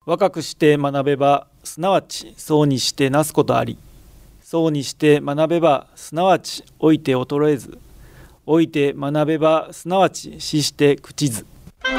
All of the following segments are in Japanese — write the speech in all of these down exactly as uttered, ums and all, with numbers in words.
若くして学べばすなわちそうにしてなすことあり、そうにして学べばすなわち老いて衰えず、老いて学べばすなわち死して朽ちず。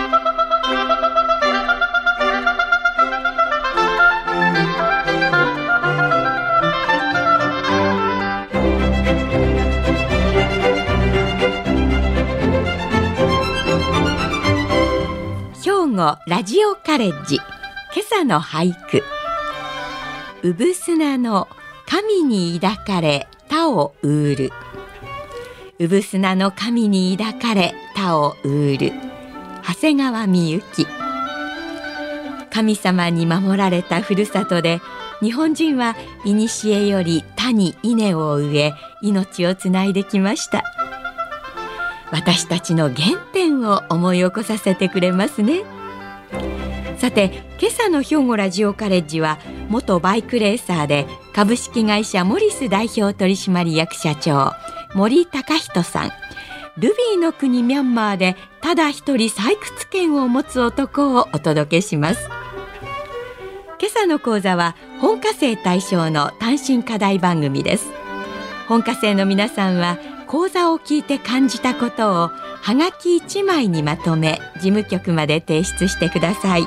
兵庫ラジオカレッジ、今朝の俳句。うぶすなの神に抱かれ他をうる。うぶすなの神に抱かれ他をうる。長谷川みゆき。神様に守られたふるさとで、日本人は古より田に稲を植え、命をつないできました。私たちの原点を思い起こさせてくれますね。さて、今朝の兵庫ラジオカレッジは、元バイクレーサーで株式会社モリス代表取締役社長森貴人さん、ルビーの国ミャンマーでただ一人採掘権を持つ男をお届けします。今朝の講座は本科生対象の単身課題番組です。本科生の皆さんは講座を聞いて感じたことをはがきいちまいにまとめ、事務局まで提出してください。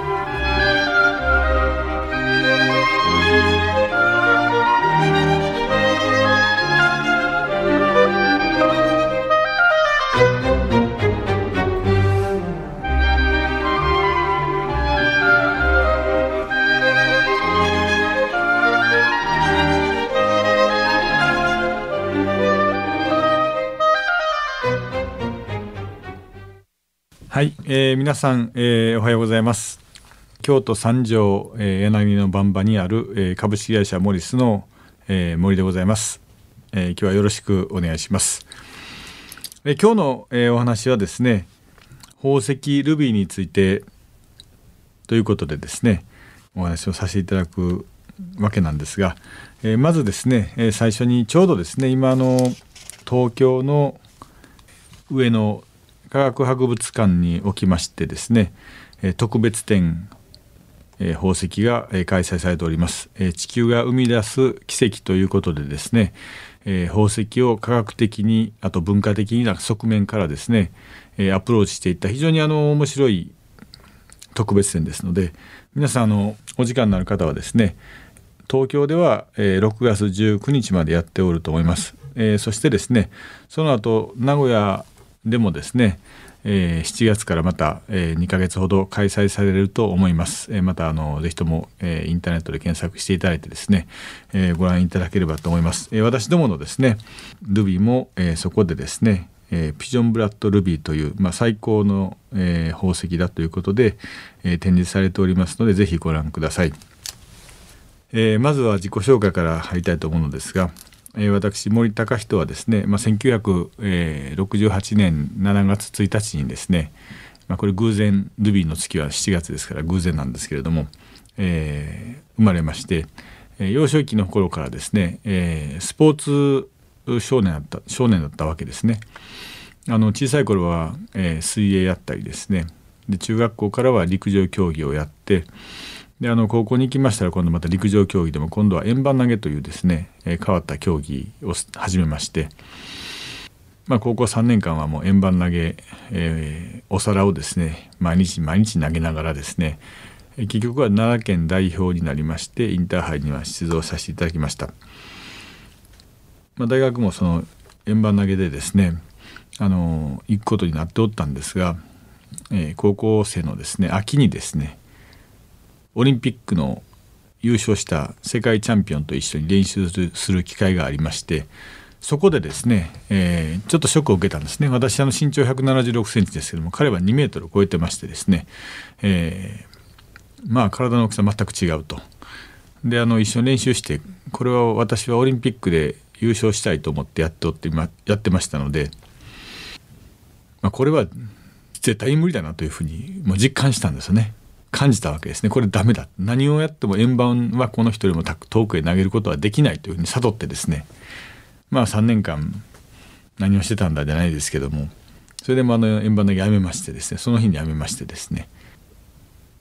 はい、えー、皆さん、えー、おはようございます。京都三条、えー、柳の番場にある、えー、株式会社モリスの、えー、森でございます。えー、今日はよろしくお願いします。えー、今日の、えー、お話はですね、宝石ルビーについてということでですね、お話をさせていただくわけなんですが、えー、まずですね、えー、最初にちょうどですね、今の東京の上野科学博物館におきましてですね、特別展、えー、宝石が、えー、開催されております。えー、地球が生み出す奇跡ということでですね、えー、宝石を科学的に、あと文化的な側面からですね、えー、アプローチしていった非常にあの面白い特別展ですので、皆さんあのお時間のある方はですね、東京では、えー、ろくがつじゅうくにちまでやっておると思います。えー、そしてですね、その後名古屋でもですね、えー、しちがつからまた、えー、にかげつほど開催されると思います。えー、またあのぜひとも、えー、インターネットで検索していただいてですね、えー、ご覧いただければと思います。えー、私どものですねルビーも、えー、そこでですね、えー、ピジョンブラッドルビーという、まあ、最高の、えー、宝石だということで、えー、展示されておりますので、ぜひご覧ください。えー、まずは自己紹介から入りたいと思うのですが、えー、私森貴人はですね、まあ、せんきゅうひゃくろくじゅうはちねんしちがつついたちにですね、まあ、これ偶然、ルビーの月はしちがつですから偶然なんですけれども、えー、生まれまして、えー、幼少期の頃からですね、えー、スポーツ少年だった少年だったわけですね。あの小さい頃は、えー、水泳やったりですね、で中学校からは陸上競技をやって、であの高校に行きましたら、今度また陸上競技でも今度は円盤投げというですね、えー、変わった競技を始めまして、まあ、高校さんねんかんはもう円盤投げ、えー、お皿をですね毎日毎日投げながらですね、えー、結局は奈良県代表になりまして、インターハイには出場させていただきました。まあ、大学もその円盤投げでですね、あのー、行くことになっておったんですが、えー、高校生のですね秋にですね、オリンピックの優勝した世界チャンピオンと一緒に練習する機会がありまして、そこでですね、えー、ちょっとショックを受けたんですね。私あの身長ひゃくななじゅうろくセンチですけども、彼はにメートルを超えてましてですね、えー、まあ体の大きさ全く違うと。であの一緒に練習して、これは私はオリンピックで優勝したいと思ってやっておってやってましたので、まあ、これは絶対無理だなというふうにもう実感したんですよね。感じたわけですね。これダメだ、何をやっても円盤はこの人よりも遠くへ投げることはできないというふうに悟ってですね、まあさんねんかん何をしてたんだじゃないですけども、それでもあの円盤投げやめましてですね、その日にやめましてですね、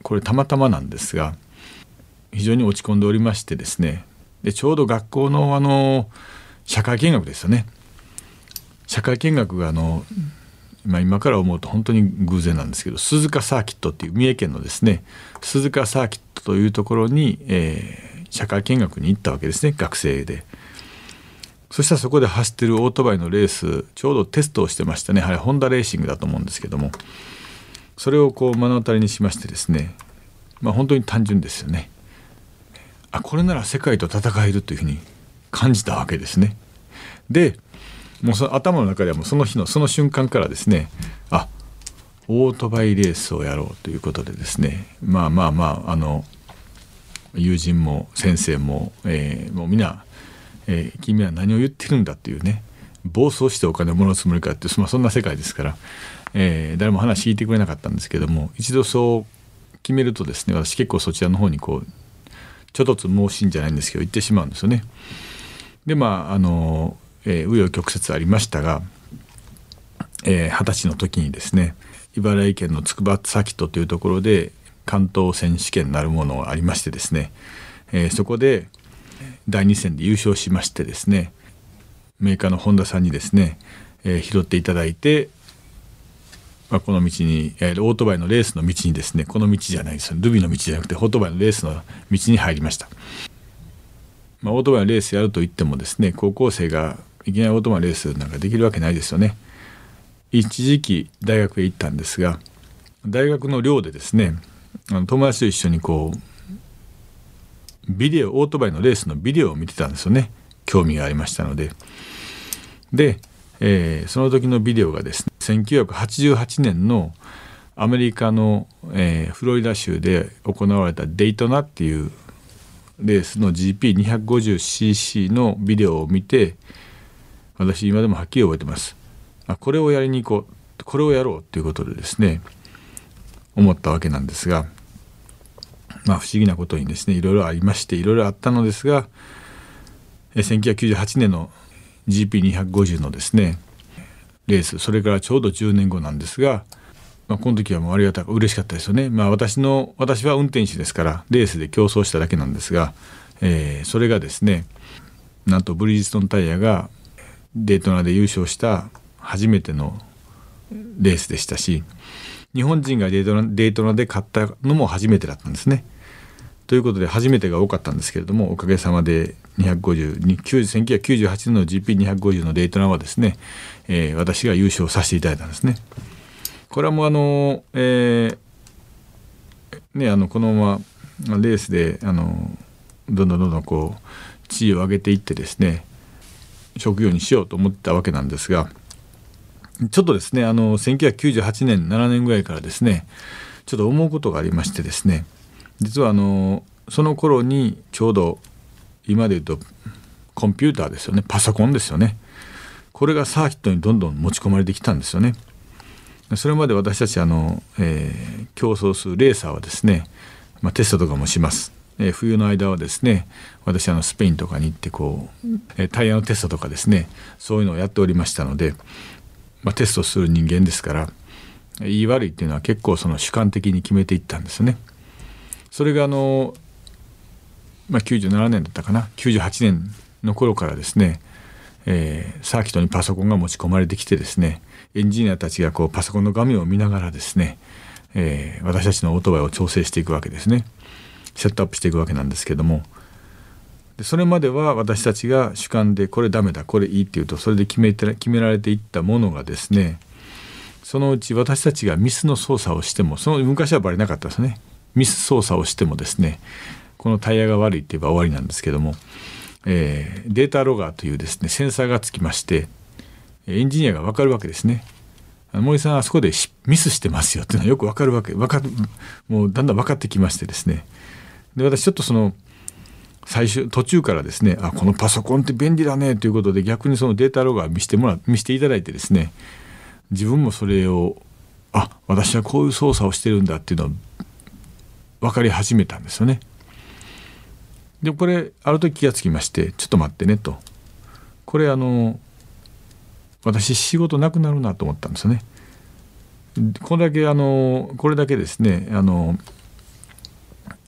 これたまたまなんですが非常に落ち込んでおりましてですね、でちょうど学校のあの社会見学ですよね。社会見学があの、まあ、今から思うと本当に偶然なんですけど、鈴鹿サーキットっていう三重県のですね鈴鹿サーキットというところに、えー、社会見学に行ったわけですね、学生で。そしたらそこで走ってるオートバイのレースちょうどテストをしてましたね。あれホンダレーシングだと思うんですけども、それをこう目の当たりにしましてですね、まあ、本当に単純ですよね。あ、これなら世界と戦えるというふうに感じたわけですね。でもうその頭の中ではもうその日のその瞬間からですね、あ、オートバイレースをやろうということでですね、まあまあまああの友人も先生も、えー、もうみんな、えー、君は何を言ってるんだっていうね、暴走してお金をもらうつもりかって、まあ、そんな世界ですから、えー、誰も話聞いてくれなかったんですけども、一度そう決めるとですね、私結構そちらの方にこうちょっとつ盲信じゃないんですけど行ってしまうんですよね。でまああの紆余、えー、曲折ありましたが、えー、はたちの時にですね、茨城県の筑波サーキットというところで関東選手権なるものがありましてですね、えー、そこでだいに戦で優勝しましてですね、メーカーのホンダさんにですね、えー、拾っていただいて、まあ、この道に、えー、オートバイのレースの道にですね、この道じゃないですよ、ルビの道じゃなくてオートバイのレースの道に入りました。まあ、オートバイのレースやるといってもですね、高校生がいきなりオートバイのレースなんかできるわけないですよね。一時期大学へ行ったんですが、大学の寮でですね、あの友達と一緒にこうビデオオートバイのレースのビデオを見てたんですよね。興味がありましたので。で、えー、その時のビデオがですね、せんきゅうひゃくはちじゅうはちねんのアメリカの、えー、フロリダ州で行われたデイトナっていうレースの ジーピーにひゃくごじゅうシーシー のビデオを見て、私今でもはっきり覚えてます。あ、これをやりに行こう、これをやろうということでですね思ったわけなんですが、まあ不思議なことにですね、いろいろありまして、いろいろあったのですが、せんきゅうひゃくきゅうじゅうはちねんの ジーピーにひゃくごじゅう のですねレース、それからちょうどじゅうねんごなんですが、まあ、この時はもうありがたく嬉しかったですよね。まあ、私の私は運転手ですからレースで競争しただけなんですが、えー、それがですね、なんとブリヂストンタイヤがデートナで優勝した初めてのレースでしたし、日本人がデートナ、デートナで勝ったのも初めてだったんですね。ということで初めてが多かったんですけれども、おかげさまでにひゃくごじゅう、せんきゅうひゃくきゅうじゅうはちねんの ジーピーにひゃくごじゅう のデートナはですね、えー、私が優勝させていただいたんですね。これはもうあの、えーね、あのこのままレースであのどんどんどんどんこう地位を上げていってですね、職業にしようと思ったわけなんですが、ちょっとですね、あのせんきゅうひゃくきゅうじゅうはちねんななねんぐらいからですね、ちょっと思うことがありましてですね、実はあのその頃にちょうど今でいうとコンピューターですよね、パソコンですよね、これがサーキットにどんどん持ち込まれてきたんですよね。それまで私たちあの、えー、競争するレーサーはですね、まあ、テストとかもします。えー、冬の間はですね、私あのスペインとかに行ってこう、えー、タイヤのテストとかですね、そういうのをやっておりましたので、まあ、テストする人間ですから、いい悪いっていうのは結構その主観的に決めていったんですね。それがあの、まあ、きゅうじゅうななねんだったかな、きゅうじゅうはちねんの頃からですね、えー、サーキットにパソコンが持ち込まれてきてですね、エンジニアたちがこうパソコンの画面を見ながらですね、えー、私たちのオートバイを調整していくわけですね。セットアップしていくわけなんですけども、でそれまでは私たちが主観でこれダメだこれいいっていうと、それで決めて決められていったものがですね、そのうち私たちがミスの操作をしても、その昔はバレなかったですね。ミス操作をしてもですね、このタイヤが悪いって言えば終わりなんですけども、えー、データロガーというですねセンサーがつきまして、エンジニアが分かるわけですね。森さんあそこでミスしてますよっていうのはよく分かるわけ、分かる、もうだんだん分かってきましてですね、で私ちょっとその最初途中からですね、あこのパソコンって便利だねということで、逆にそのデータロガー見せてもら見せていただいてですね、自分もそれをあ私はこういう操作をしてるんだっていうのを分かり始めたんですよね。でこれある時気がつきまして、ちょっと待ってねと、これあの私仕事なくなるなと思ったんですよね。これだけあのこれだけですね、あの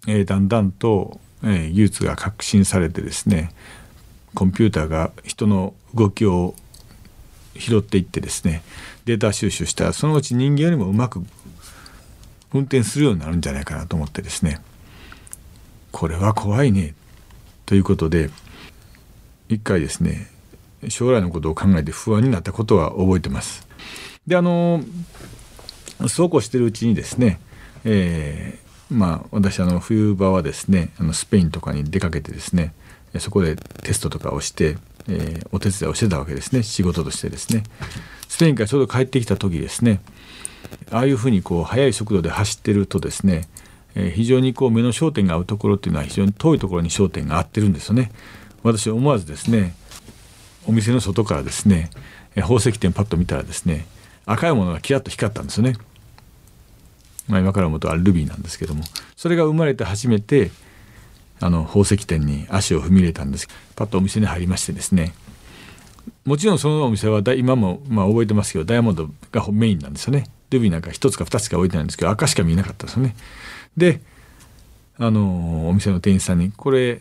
えー、だんだんと、えー、技術が革新されてですね、コンピューターが人の動きを拾っていってですね、データ収集したらそのうち人間よりもうまく運転するようになるんじゃないかなと思ってですね、これは怖いねということで、一回ですね将来のことを考えて不安になったことは覚えてます。であのそうこうしてるうちにですね、えー、まあ私あの冬場はですねあのスペインとかに出かけてですね、そこでテストとかをして、えー、お手伝いをしてたわけですね、仕事としてですね。スペインからちょうど帰ってきた時ですね、ああいうふうにこう速い速度で走ってるとですね、えー、非常にこう目の焦点が合うところっていうのは非常に遠いところに焦点が合ってるんですよね。私思わずですねお店の外からですね宝石店パッと見たらですね赤いものがキラッと光ったんですよね。まあ、今から思うとあれルビーなんですけども、それが生まれて初めてあの宝石店に足を踏み入れたんです。パッとお店に入りましてですね、もちろんそのお店は今もまあ覚えてますけどダイヤモンドがメインなんですよね。ルビーなんか一つか二つしか置いてないんですけど赤しか見えなかったですよね。であのお店の店員さんにこれ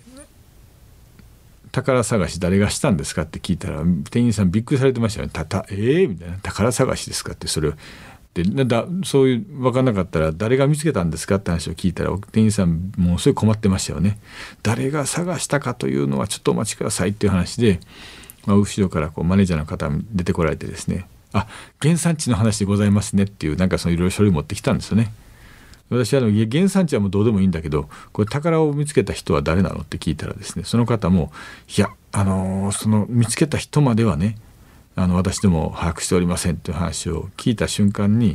宝探し誰がしたんですかって聞いたら店員さんびっくりされてましたよね。たたえー、みたいな、宝探しですかって、それをでだそういう分からなかったら誰が見つけたんですかって話を聞いたら店員さんもうすごい困ってましたよね。誰が探したかというのはちょっとお待ちくださいっていう話で、まあ、後ろからこうマネージャーの方出てこられてですね、あ原産地の話でございますねっていうなんかそのいろいろ書類持ってきたんですよね。私はあの原産地はもうどうでもいいんだけどこれ宝を見つけた人は誰なのって聞いたらですね、その方もいやあのー、その見つけた人まではねあの私でも把握しておりませんという話を聞いた瞬間に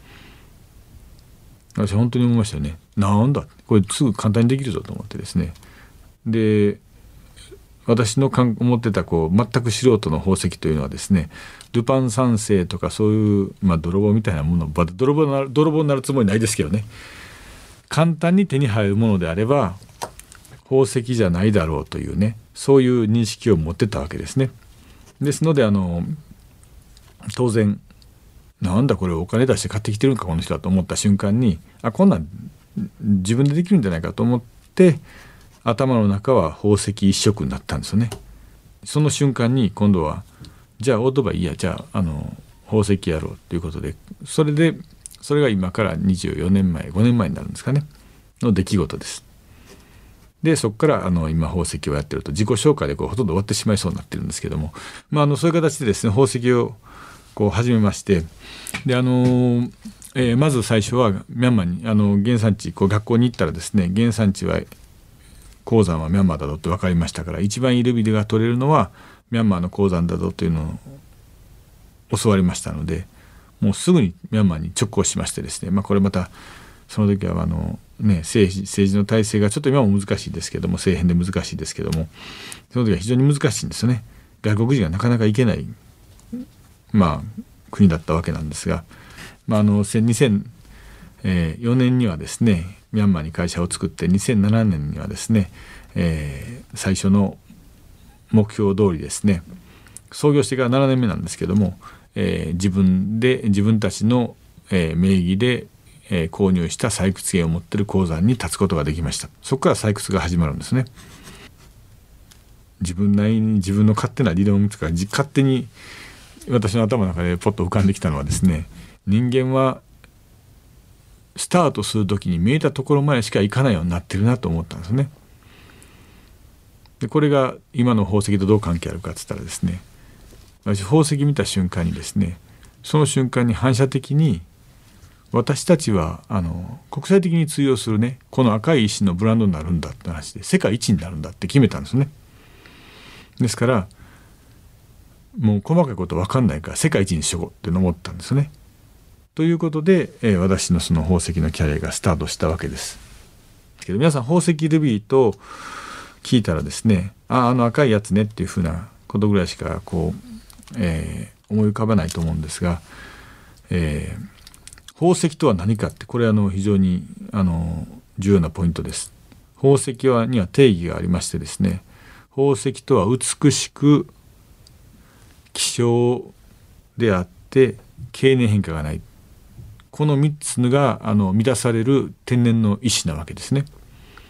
私本当に思いましたよね。なんだこれすぐ簡単にできるぞと思ってですね、で私の思ってたこう全く素人の宝石というのはですねルパン三世とかそういう、まあ、泥棒みたいなもの、泥棒になる、泥棒になるつもりないですけどね、簡単に手に入るものであれば宝石じゃないだろうというね、そういう認識を持ってたわけですね。ですのであの当然なんだこれお金出して買ってきてるんかこの人だと思った瞬間にあこんなん自分でできるんじゃないかと思って頭の中は宝石一色になったんですよね。その瞬間に今度はじゃあオートバイいいやじゃあ、あの宝石やろうということで、それでそれが今からにじゅうよねんまえごねんまえになるんですかねの出来事です。でそこからあの今宝石をやってると自己紹介でこうほとんど終わってしまいそうになってるんですけども、まあ、あのそういう形でですね宝石をこう始めまして、であの、えー、まず最初はミャンマーにあの原産地こう学校に行ったらですね原産地は鉱山はミャンマーだぞって分かりましたから、一番いいルビーが取れるのはミャンマーの鉱山だぞというのを教わりましたので、もうすぐにミャンマーに直行しましてですね、まあ、これまたその時はあの、ね、政治、政治の体制がちょっと今も難しいですけども政変で難しいですけども、その時は非常に難しいんですよね。外国人がなかなか行けない、まあ、国だったわけなんですが、まあ、あのにせんよねんにはですねミャンマーに会社を作ってにせんななねんにはですね、えー、最初の目標通りですね創業してからななねんめなんですけども、えー、自分で自分たちの、えー、名義で、えー、購入した採掘権を持っている鉱山に立つことができました。そこから採掘が始まるんですね。自分なりに自分の勝手な理論とか勝手に私の頭の中でポッと浮かんできたのはですね、人間はスタートする時に見えたところまでしか行かないようになってるなと思ったんですね。でこれが今の宝石とどう関係あるかって言ったらですね、私宝石見た瞬間にですねその瞬間に反射的に私たちはあの国際的に通用するねこの赤い石のブランドになるんだって話で世界一になるんだって決めたんですね。ですからもう細かいこと分かんないから世界一にしようって思ったんですね。ということで、えー、私のその宝石のキャリアがスタートしたわけです。けど皆さん宝石ルビーと聞いたらですね、ああの赤いやつねっていうふうなことぐらいしかこう、えー、思い浮かばないと思うんですが、えー、宝石とは何かってこれあの非常にあの重要なポイントです。宝石はには定義がありましてですね、宝石とは美しく希少であって経年変化がない、このみっつがあの満たされる天然の石なわけですね。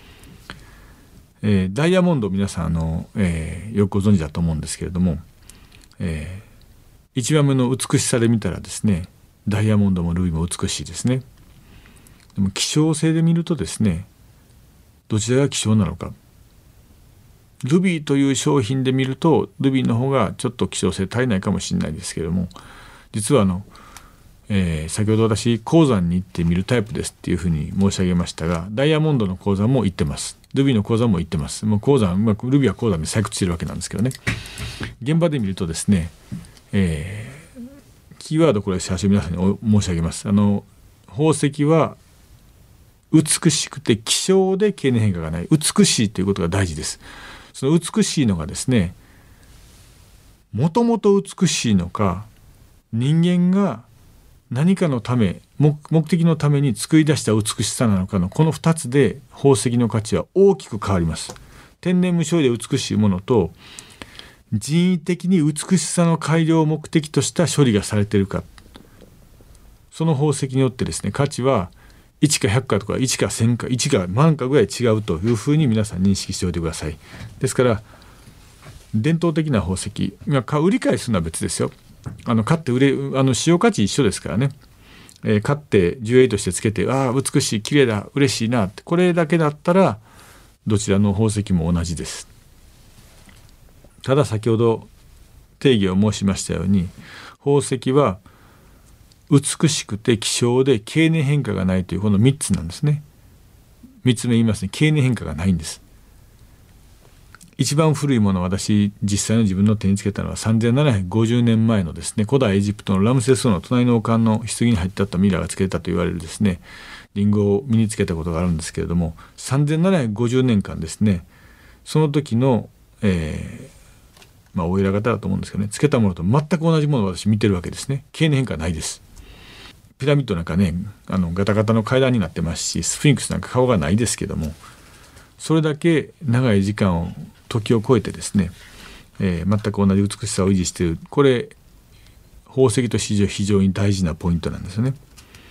えー、ダイヤモンド皆さんあの、えー、よくご存知だと思うんですけれども、えー、一番目の美しさで見たらですね、ダイヤモンドもルビーも美しいですね。でも希少性で見るとですね、どちらが希少なのか、ルビーという商品で見るとルビーの方がちょっと希少性足りないかもしれないですけれども、実はあの、えー、先ほど私鉱山に行って見るタイプですっていうふうに申し上げましたが、ダイヤモンドの鉱山も行ってます、ルビーの鉱山も行ってます。もう鉱山、まあ、ルビーは鉱山で採掘してるわけなんですけどね、現場で見るとですね、えー、キーワードこれ最初皆さんに申し上げます。あの宝石は美しくて希少で経年変化がない、美しいということが大事です。その美しいのがですね、もともと美しいのか、人間が何かのため 目, 目的のために作り出した美しさなのかの、このふたつで宝石の価値は大きく変わります。天然無償で美しいものと、人為的に美しさの改良を目的とした処理がされているか、その宝石によってですね、価値はいちかひゃくかとかいちかせんかいちか万かぐらい違うというふうに皆さん認識しておいてください。ですから伝統的な宝石が売り買いするのは別ですよ。あの買って売れあの使用価値一緒ですからね、えー、買ってジュエリーとしてつけて、ああ美しい綺麗だ嬉しいなって、これだけだったらどちらの宝石も同じです。ただ先ほど定義を申しましたように、宝石は美しくて希少で経年変化がないというこのみっつなんですね。みっつめ言いますね、経年変化がないんです。一番古いものを私実際の自分の手につけたのはさんぜんななひゃくごじゅうねんまえのですね、古代エジプトのラムセス王の隣の王冠の棺に入ってあったミイラがつけたと言われるですね、リンゴを身につけたことがあるんですけれども、さんぜんななひゃくごじゅうねんかんですね、その時の、えーまあ、お偉方だと思うんですけどね、つけたものと全く同じものを私見てるわけですね。経年変化ないです。ピラミッドなんかね、あのガタガタの階段になってますし、スフィンクスなんか顔がないですけども、それだけ長い時間を時を超えてですね、えー、全く同じ美しさを維持している。これ宝石として非常に大事なポイントなんですよね。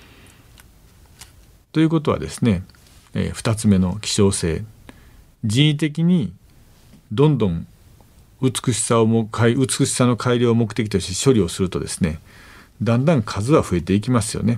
ということはですね、えー、ふたつめの希少性、人為的にどんどん美しさをも美しさの改良を目的として処理をするとですね、だんだん数は増えていきますよね。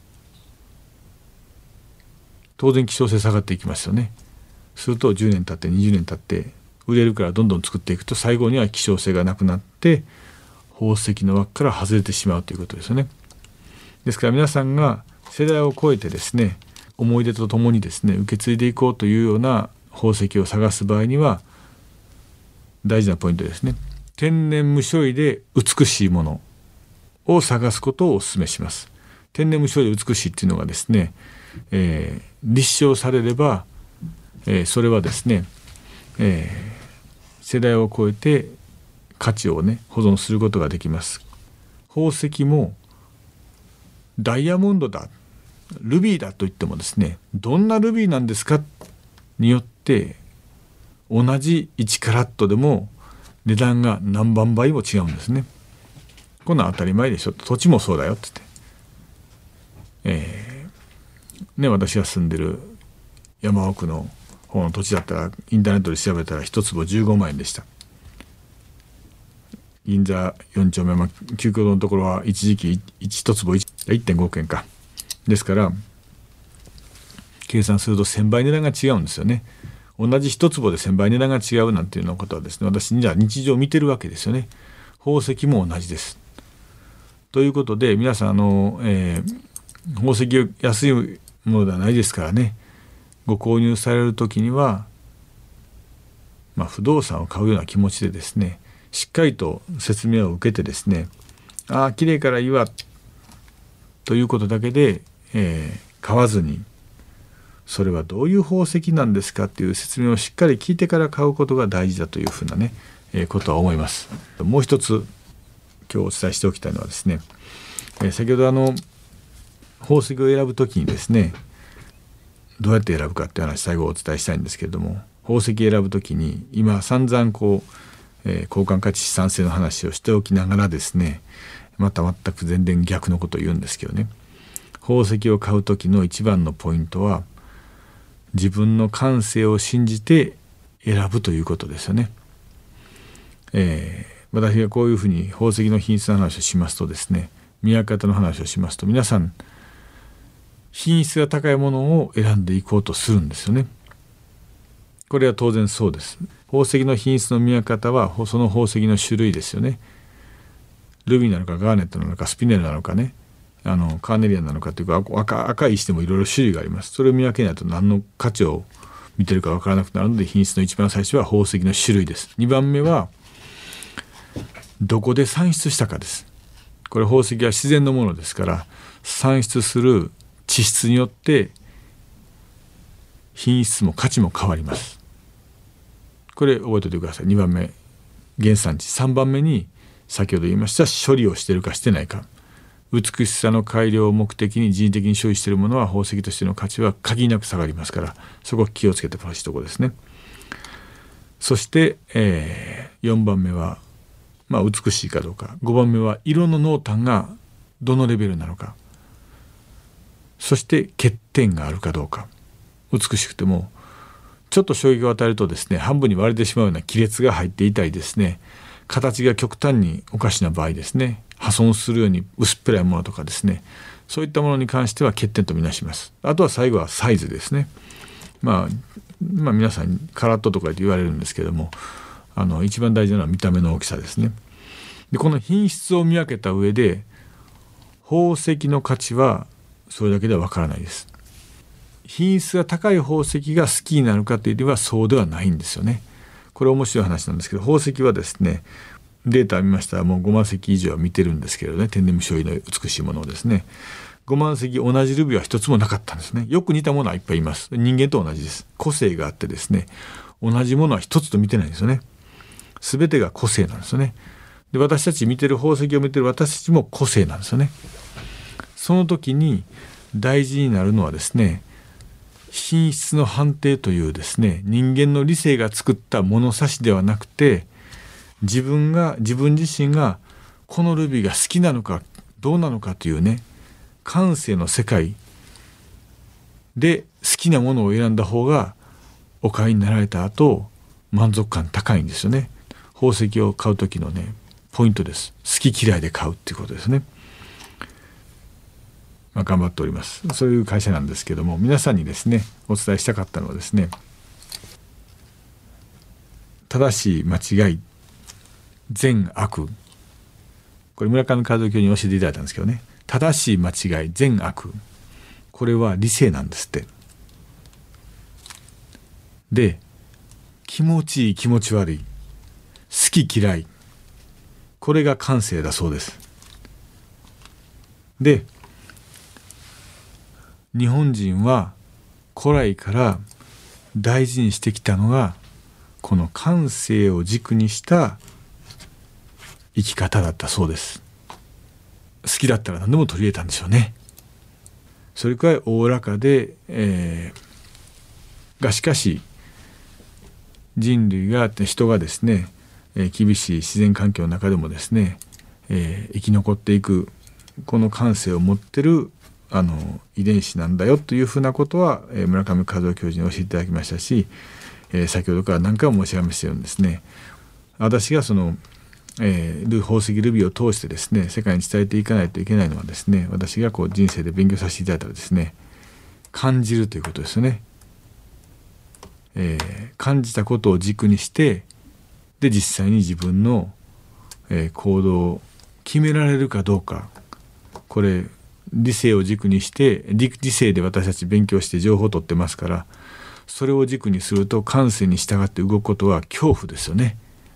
当然希少性下がっていきますよね。するとじゅうねん経ってにじゅうねん経って売れるからどんどん作っていくと、最後には希少性がなくなって宝石の枠から外れてしまうということですよね。ですから皆さんが世代を超えてですね、思い出とともにですね受け継いでいこうというような宝石を探す場合には大事なポイントですね。天然無処理で美しいものを探すことをお勧めします。天然無処理で美しいっていうのがですね、えー、立証されれば、えー、それはですね、えー、世代を超えて価値をね保存することができます。宝石もダイヤモンドだ、ルビーだと言ってもですね、どんなルビーなんですかによって同じいちカラットでも値段が何万倍も違うんですね。こんなん当たり前でしょ、土地もそうだよって言って、えーね、私が住んでる山奥の方の土地だったらインターネットで調べたら一坪じゅうごまんえんでした。銀座よん丁目、まあ、旧京堂のところは一時期一坪 いってんごおくえんか。ですから計算するとせんばい値段が違うんですよね。同じ一坪でせんばい値段が違うなんていうようなことはですね、私じゃあ日常見てるわけですよね。宝石も同じです。ということで皆さんあの、えー、宝石を安いものではないですからね、ご購入される時には、まあ、不動産を買うような気持ちでですね、しっかりと説明を受けてですね、ああ綺麗からいいわということだけで、えー、買わずに、それはどういう宝石なんですかっていう説明をしっかり聞いてから買うことが大事だというふうなね、えー、ことは思います。もう一つ今日お伝えしておきたいのはですね、えー、先ほどあの宝石を選ぶときにですね、どうやって選ぶかっていう話最後お伝えしたいんですけれども、宝石選ぶときに今散々こう、えー、交換価値資産性の話をしておきながらですね、また全く全然逆のことを言うんですけどね、宝石を買うときの一番のポイントは自分の感性を信じて選ぶということですよね。えー、私がこういうふうに宝石の品質の話をしますとですね、見分け方の話をしますと、皆さん品質が高いものを選んでいこうとするんですよね。これは当然そうです。宝石の品質の見分け方はその宝石の種類ですよね。ルビーなのかガーネットなのかスピネルなのかね、あのカーネリアンなのかというか 赤, 赤い石でもいろいろ種類があります。それを見分けないと何の価値を見てるか分からなくなるので、品質の一番最初は宝石の種類です。にばんめはどこで産出したかです。これ宝石は自然のものですから、産出する地質によって品質も価値も変わります。これ覚えておいてください。にばんめ原産地。さんばんめに先ほど言いました処理をしているかしてないか。美しさの改良を目的に人為的に処理しているものは宝石としての価値は限りなく下がりますから、そこは気をつけてほしいところですね。そして、えー、よんばんめは、まあ、美しいかどうか。ごばんめは色の濃淡がどのレベルなのか。そして欠点があるかどうか。美しくてもちょっと衝撃を与えるとですね、半分に割れてしまうような亀裂が入っていたりですね、形が極端におかしな場合ですね、破損するように薄っぺらいものとかですね、そういったものに関しては欠点とみなします。あとは最後はサイズですね。まあ、まあ皆さんカラットとか言われるんですけども、あの一番大事なのは見た目の大きさですね。でこの品質を見分けた上で宝石の価値はそれだけではわからないです。品質が高い宝石が好きになるかというよりはそうではないんですよね。これ面白い話なんですけど、宝石はですね、データを見ましたらもうごまん石以上は見てるんですけどね、天然無償の美しいものをですね、ごまん石同じルビーは一つもなかったんですね。よく似たものはいっぱいいます。人間と同じです。個性があってですね、同じものは一つと見てないんですよね。全てが個性なんですよね。で私たち見てる宝石を見てる私たちも個性なんですよね。その時に大事になるのはですね、品質の判定というですね、人間の理性が作った物差しではなくて、自分が自分自身がこのルビーが好きなのかどうなのかというね、感性の世界で好きなものを選んだ方がお買いになられた後満足感高いんですよね。宝石を買う時のねポイントです。好き嫌いで買うっていうことですね。まあ、頑張っております。そういう会社なんですけども、皆さんにですねお伝えしたかったのはですね、正しい間違い善悪、これ村上和夫教に教えていただいたんですけどね、正しい間違い善悪、これは理性なんですって。で気持ちいい気持ち悪い好き嫌い、これが感性だそうです。で日本人は古来から大事にしてきたのがこの感性を軸にした生き方だったそうです。好きだったら何でも取り入れたんでしょうね。それくらいおおらかで、えー、がしかし人類が人がですね、えー、厳しい自然環境の中でもですね、えー、生き残っていくこの感性を持ってるあの遺伝子なんだよというふうなことは、えー、村上和夫教授に教えていただきましたし、えー、先ほどから何回も申し上げましたようにですね、私がその、えー、宝石ルビーを通してですね世界に伝えていかないといけないのはですね、私がこう人生で勉強させていただいたらですね、感じるということですよね。えー、感じたことを軸にしてで実際に自分の、えー、行動を決められるかどうか、これ理性を軸にして理, 理性で私たち勉強して情報を取ってますから、それを軸にすると感性に従って動くことは恐怖ですよね。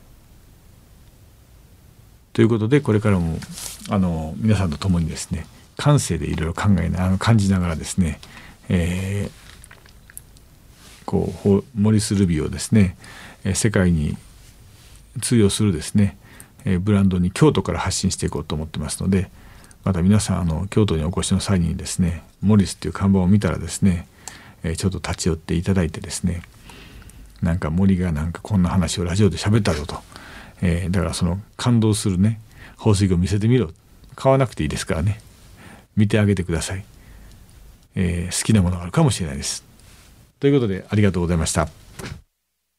ということでこれからもあの皆さんと共にですね感性でいろいろ考えなあの感じながらですね、えー、こうモリスルビーをですね世界に通用するですねブランドに京都から発信していこうと思ってますので、また皆さんあの京都にお越しの際にですねモリスっていう看板を見たらですねちょっと立ち寄っていただいてですね、なんか森がなんかこんな話をラジオで喋ったぞと、えー、だからその感動するね宝石を見せてみろ、買わなくていいですからね、見てあげてください。えー、好きなものがあるかもしれないです。ということでありがとうございました。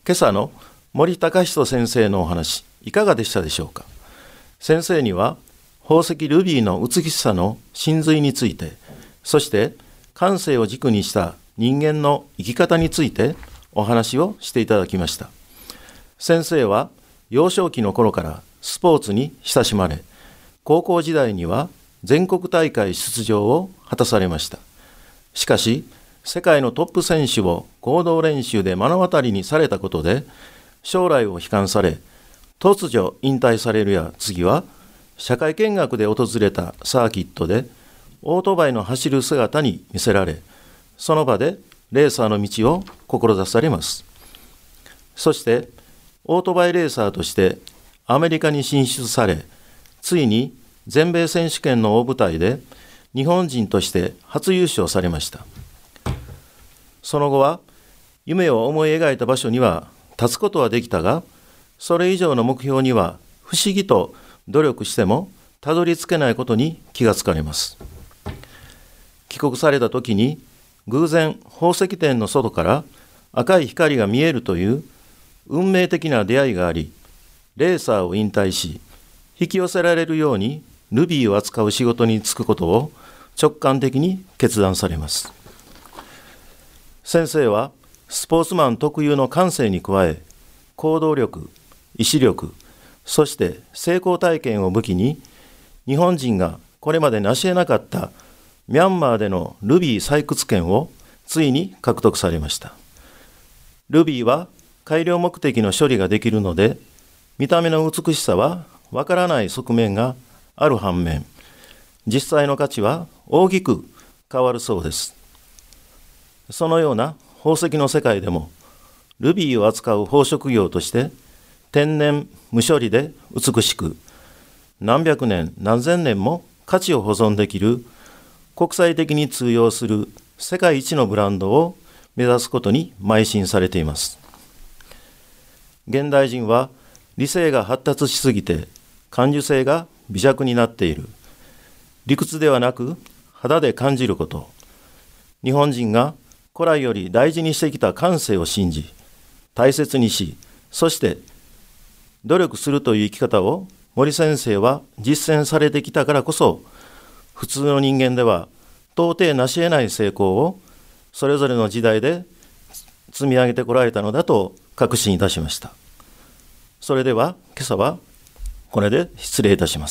今朝の森高人先生のお話、いかがでしたでしょうか。先生には宝石ルビーの美しさの真髄について、そして感性を軸にした人間の生き方についてお話をしていただきました。先生は幼少期の頃からスポーツに親しまれ、高校時代には全国大会出場を果たされました。しかし、世界のトップ選手を合同練習で目の当たりにされたことで、将来を悲観され、突如引退されるや次は、社会見学で訪れたサーキットで、オートバイの走る姿に魅せられ、その場でレーサーの道を志されます。そして、オートバイレーサーとしてアメリカに進出され、ついに全米選手権の大舞台で日本人として初優勝されました。その後は夢を思い描いた場所には立つことはできたが、それ以上の目標には不思議と努力してもたどり着けないことに気がつかれます。帰国された時に偶然宝石店の外から赤い光が見えるという運命的な出会いがあり、レーサーを引退し、引き寄せられるようにルビーを扱う仕事に就くことを直感的に決断されます。先生はスポーツマン特有の感性に加え、行動力、意志力、そして成功体験を武器に、日本人がこれまで成し得なかったミャンマーでのルビー採掘権をついに獲得されました。ルビーは改良目的の処理ができるので、見た目の美しさはわからない側面がある反面、実際の価値は大きく変わるそうです。そのような宝石の世界でも、ルビーを扱う宝飾業として天然無処理で美しく、何百年何千年も価値を保存できる国際的に通用する世界一のブランドを目指すことに邁進されています。現代人は理性が発達しすぎて感受性が微弱になっている。理屈ではなく肌で感じること。日本人が古来より大事にしてきた感性を信じ、大切にし、そして努力するという生き方を森先生は実践されてきたからこそ、普通の人間では到底成し得ない成功をそれぞれの時代で積み上げてこられたのだと確信いたしました。それでは今朝はこれで失礼いたします。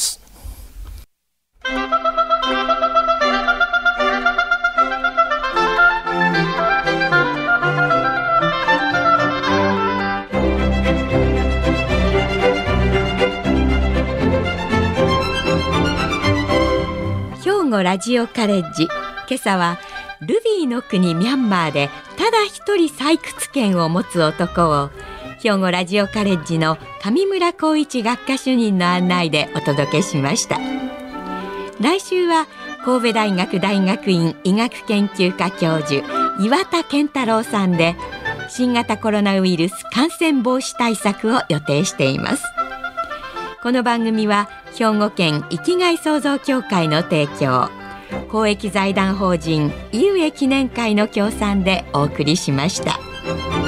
兵庫ラジオカレッジ、今朝はルビーの国ミャンマーでただ一人採掘権を持つ男を、兵庫ラジオカレッジの上村光一学科主任の案内でお届けしました。来週は神戸大学大学院医学研究科教授岩田健太郎さんで、新型コロナウイルス感染防止対策を予定しています。この番組は兵庫県生きがい創造協会の提供、公益財団法人井上記念会の協賛でお送りしました。